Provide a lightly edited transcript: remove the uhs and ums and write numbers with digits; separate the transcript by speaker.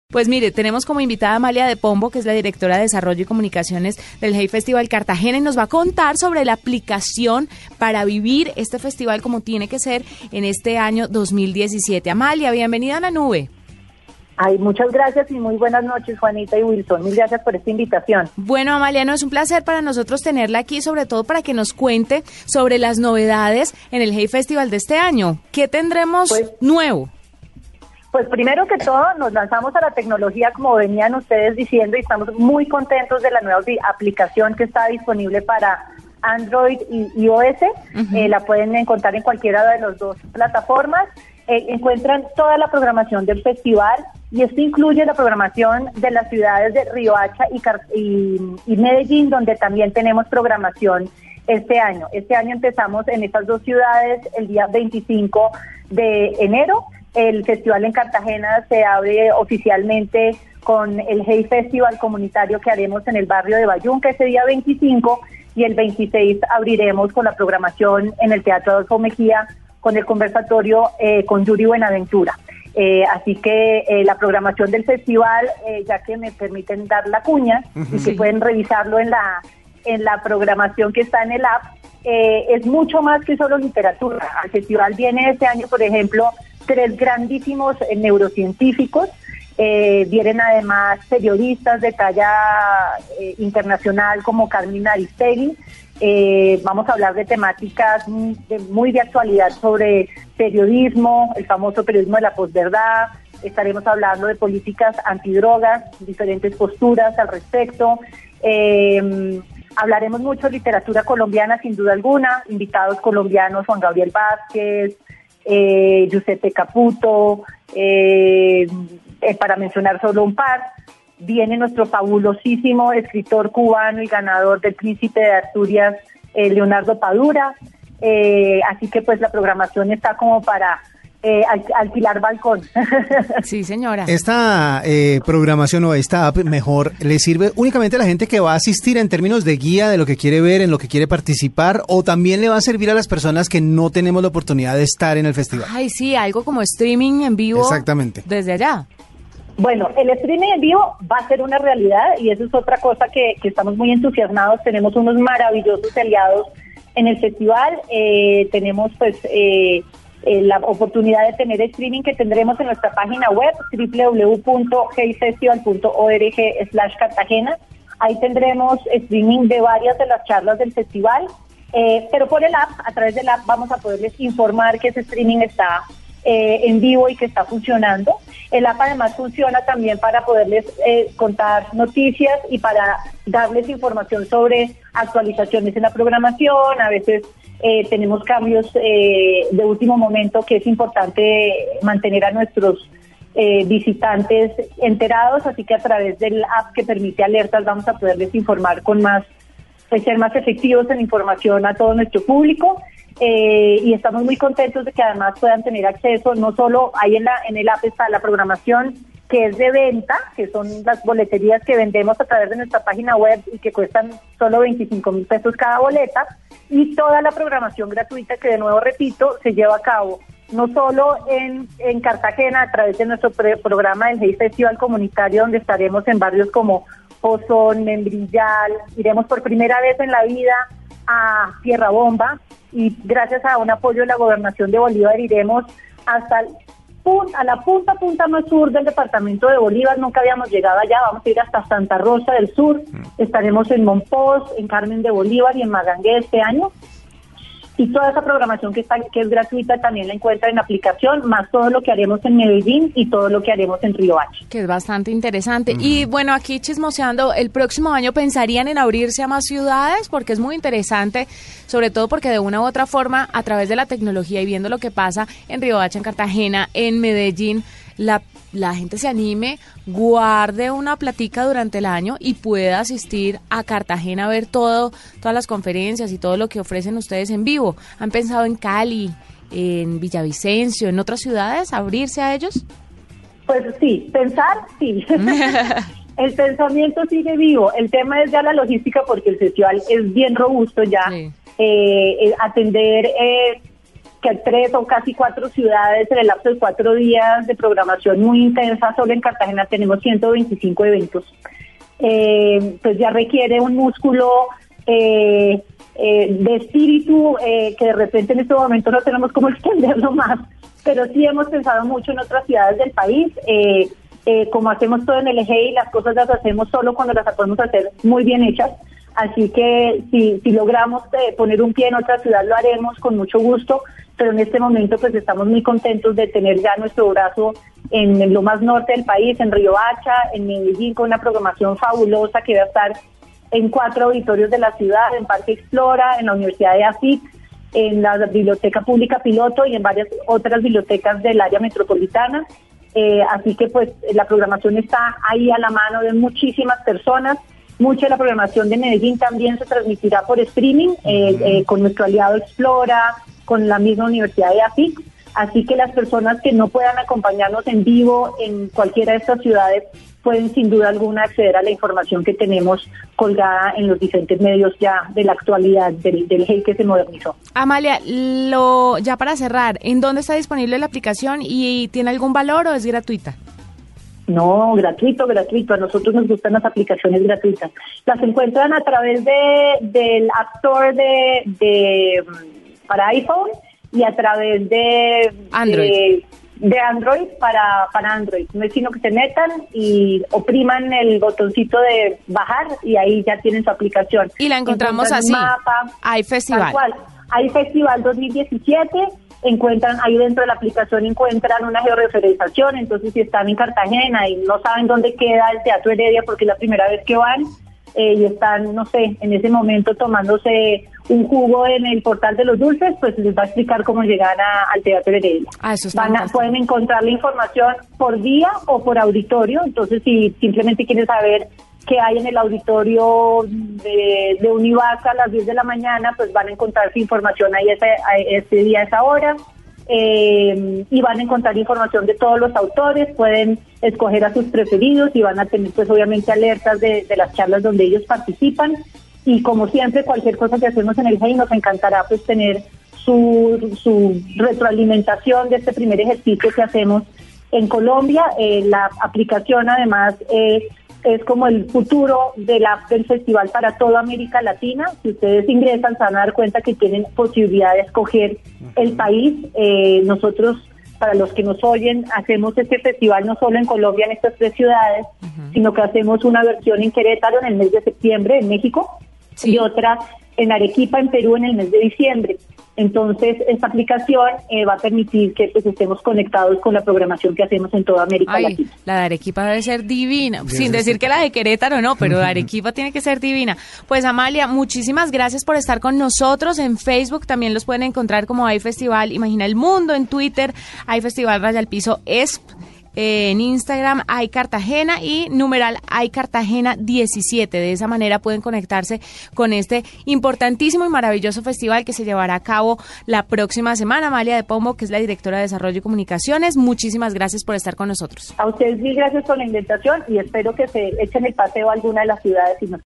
Speaker 1: Pues mire, tenemos como invitada a Amalia de Pombo, que es la directora de Desarrollo y Comunicaciones del Hey Festival Cartagena, y nos va a contar sobre la aplicación para vivir este festival como tiene que ser en este año 2017. Amalia, bienvenida a la nube.
Speaker 2: Ay, muchas gracias y muy buenas noches, Juanita y Wilson. Mil gracias por esta invitación.
Speaker 1: Bueno, Amalia, no, es un placer para nosotros tenerla aquí, sobre todo para que nos cuente sobre las novedades en el Hey Festival de este año. ¿Qué tendremos nuevo?
Speaker 2: Pues primero que todo nos lanzamos a la tecnología, como venían ustedes diciendo, y estamos muy contentos de la nueva aplicación que está disponible para Android y iOS. La pueden encontrar en cualquiera de las dos plataformas. Encuentran toda la programación del festival, y esto incluye la programación de las ciudades de Riohacha y Medellín, donde también tenemos programación este año. Este año empezamos en estas dos ciudades el día 25 de enero. El festival en Cartagena se abre oficialmente con el Hey Festival comunitario que haremos en el barrio de Bayunca ese día 25, y el 26 abriremos con la programación en el Teatro Adolfo Mejía con el conversatorio con Yuri Buenaventura. Así que la programación del festival, ya que me permiten dar la cuña y que pueden revisarlo en la programación que está en el app, es mucho más que solo literatura. Al festival viene este año, por ejemplo, 3 grandísimos neurocientíficos, vienen además periodistas de talla internacional como Carmen Aristegui. Vamos a hablar de temáticas muy de actualidad sobre periodismo, el famoso periodismo de la posverdad. Estaremos hablando de políticas antidrogas, diferentes posturas al respecto. Hablaremos mucho de literatura colombiana, sin duda alguna, invitados colombianos: Juan Gabriel Vázquez, Giuseppe Caputo, para mencionar solo un par. Viene nuestro fabulosísimo escritor cubano y ganador del Príncipe de Asturias, Leonardo Padura. Así que pues la programación está como para alquilar balcón.
Speaker 1: Sí, señora.
Speaker 3: Esta programación o esta app mejor le sirve únicamente a la gente que va a asistir en términos de guía de lo que quiere ver, en lo que quiere participar, o también le va a servir a las personas que no tenemos la oportunidad de estar en el festival.
Speaker 1: Ay, sí, algo como streaming en vivo.
Speaker 3: Exactamente.
Speaker 1: Desde allá.
Speaker 2: Bueno, el streaming en vivo va a ser una realidad, y eso es otra cosa que estamos muy entusiasmados. Tenemos unos maravillosos aliados en el festival. Tenemos pues la oportunidad de tener streaming que tendremos en nuestra página web www.heyfestival.org/Cartagena. Ahí tendremos streaming de varias de las charlas del festival, pero por el app, a través del app, vamos a poderles informar que ese streaming está en vivo y que está funcionando. El app además funciona también para poderles contar noticias y para darles información sobre actualizaciones en la programación. A veces tenemos cambios de último momento que es importante mantener a nuestros visitantes enterados, así que a través del app, que permite alertas, vamos a poderles informar con más, ser más efectivos en información a todo nuestro público. Y estamos muy contentos de que además puedan tener acceso, no solo ahí en el app está la programación que es de venta, que son las boleterías que vendemos a través de nuestra página web y que cuestan solo 25,000 pesos cada boleta, y toda la programación gratuita que, de nuevo repito, se lleva a cabo no solo en Cartagena a través de nuestro programa del Hey Festival comunitario, donde estaremos en barrios como Pozón, Membrillal. Iremos por primera vez en la vida a Tierra Bomba, y gracias a un apoyo de la Gobernación de Bolívar iremos hasta a la punta más sur del departamento de Bolívar. Nunca habíamos llegado allá. Vamos a ir hasta Santa Rosa del Sur. Estaremos en Monpós, en Carmen de Bolívar y en Magangué este año. Y toda esa programación que es gratuita también la encuentra en la aplicación, más todo lo que haremos en Medellín y todo lo que haremos en Riohacha.
Speaker 1: Que es bastante interesante. Y bueno, aquí chismoseando, ¿el próximo año pensarían en abrirse a más ciudades? Porque es muy interesante, sobre todo porque de una u otra forma, a través de la tecnología y viendo lo que pasa en Riohacha, en Cartagena, en Medellín, la gente se anime, guarde una platica durante el año y pueda asistir a Cartagena a ver todas las conferencias y todo lo que ofrecen ustedes en vivo. ¿Han pensado en Cali, en Villavicencio, en otras ciudades, abrirse a ellos?
Speaker 2: Pues sí, pensar, sí. El pensamiento sigue vivo. El tema es ya la logística, porque el festival es bien robusto ya. Sí. Atender que 3 o casi 4 ciudades en el lapso de 4 días de programación muy intensa. Solo en Cartagena tenemos 125 eventos. Pues ya requiere un músculo de espíritu que de repente en este momento no tenemos cómo extenderlo más, pero sí hemos pensado mucho en otras ciudades del país. Como hacemos todo en el EGEI, las cosas las hacemos solo cuando las podemos hacer muy bien hechas. Así que si logramos poner un pie en otra ciudad, lo haremos con mucho gusto, pero en este momento pues estamos muy contentos de tener ya nuestro brazo en lo más norte del país, en Riohacha, en Medellín, con una programación fabulosa que va a estar en 4 auditorios de la ciudad, en Parque Explora, en la Universidad de AFIT, en la Biblioteca Pública Piloto y en varias otras bibliotecas del área metropolitana. Así que pues la programación está ahí a la mano de muchísimas personas. Mucha de la programación de Medellín también se transmitirá por streaming con nuestro aliado Explora, con la misma Universidad de AFIT. Así que las personas que no puedan acompañarnos en vivo en cualquiera de estas ciudades pueden sin duda alguna acceder a la información que tenemos colgada en los diferentes medios ya de la actualidad del GEI que se modernizó.
Speaker 1: Amalia, ya para cerrar, ¿en dónde está disponible la aplicación y tiene algún valor o es gratuita?
Speaker 2: No, gratuito. A nosotros nos gustan las aplicaciones gratuitas. Las encuentran a través del App Store para iPhone y a través de
Speaker 1: Android.
Speaker 2: De Android para Android. No es sino que se metan y opriman el botoncito de bajar y ahí ya tienen su aplicación.
Speaker 1: Y la encontramos así.
Speaker 2: Mapa,
Speaker 1: iFestival.
Speaker 2: Tal cual. iFestival 2017. Ahí dentro de la aplicación encuentran una georreferenciación. Entonces si están en Cartagena y no saben dónde queda el Teatro Heredia porque es la primera vez que van y están, no sé, en ese momento tomándose un jugo en el Portal de los Dulces, pues les va a explicar cómo llegar al Teatro Heredia.
Speaker 1: Eso
Speaker 2: pueden encontrar la información por día o por auditorio. Entonces si simplemente quieren saber qué hay en el auditorio de Univaca a las 10 de la mañana, pues van a encontrar su información ahí ese día, a esa hora, y van a encontrar información de todos los autores, pueden escoger a sus preferidos y van a tener pues obviamente alertas de las charlas donde ellos participan. Y como siempre, cualquier cosa que hacemos en el GEI nos encantará pues tener su retroalimentación de este primer ejercicio que hacemos en Colombia. La aplicación además es como el futuro del festival para toda América Latina. Si ustedes ingresan se van a dar cuenta que tienen posibilidad de escoger el país. Nosotros, para los que nos oyen, hacemos este festival no solo en Colombia, en estas 3 ciudades, sino que hacemos una versión en Querétaro en el mes de septiembre, en México, y otra en Arequipa, en Perú, en el mes de diciembre. Entonces, esta aplicación va a permitir que pues estemos conectados con la programación que hacemos en toda América Latina.
Speaker 1: La de Arequipa debe ser divina, sin decir que la de Querétaro no, pero de Arequipa tiene que ser divina. Pues Amalia, muchísimas gracias por estar con nosotros. En Facebook también los pueden encontrar como iFestival Imagina el Mundo, en Twitter iFestival _ESP. En Instagram iCartagena y numeral iCartagena 17. De esa manera pueden conectarse con este importantísimo y maravilloso festival que se llevará a cabo la próxima semana. Amalia de Pombo, que es la directora de Desarrollo y Comunicaciones, muchísimas gracias por estar con nosotros.
Speaker 2: A ustedes mil gracias por la invitación y espero que se echen el paseo a alguna de las ciudades y nos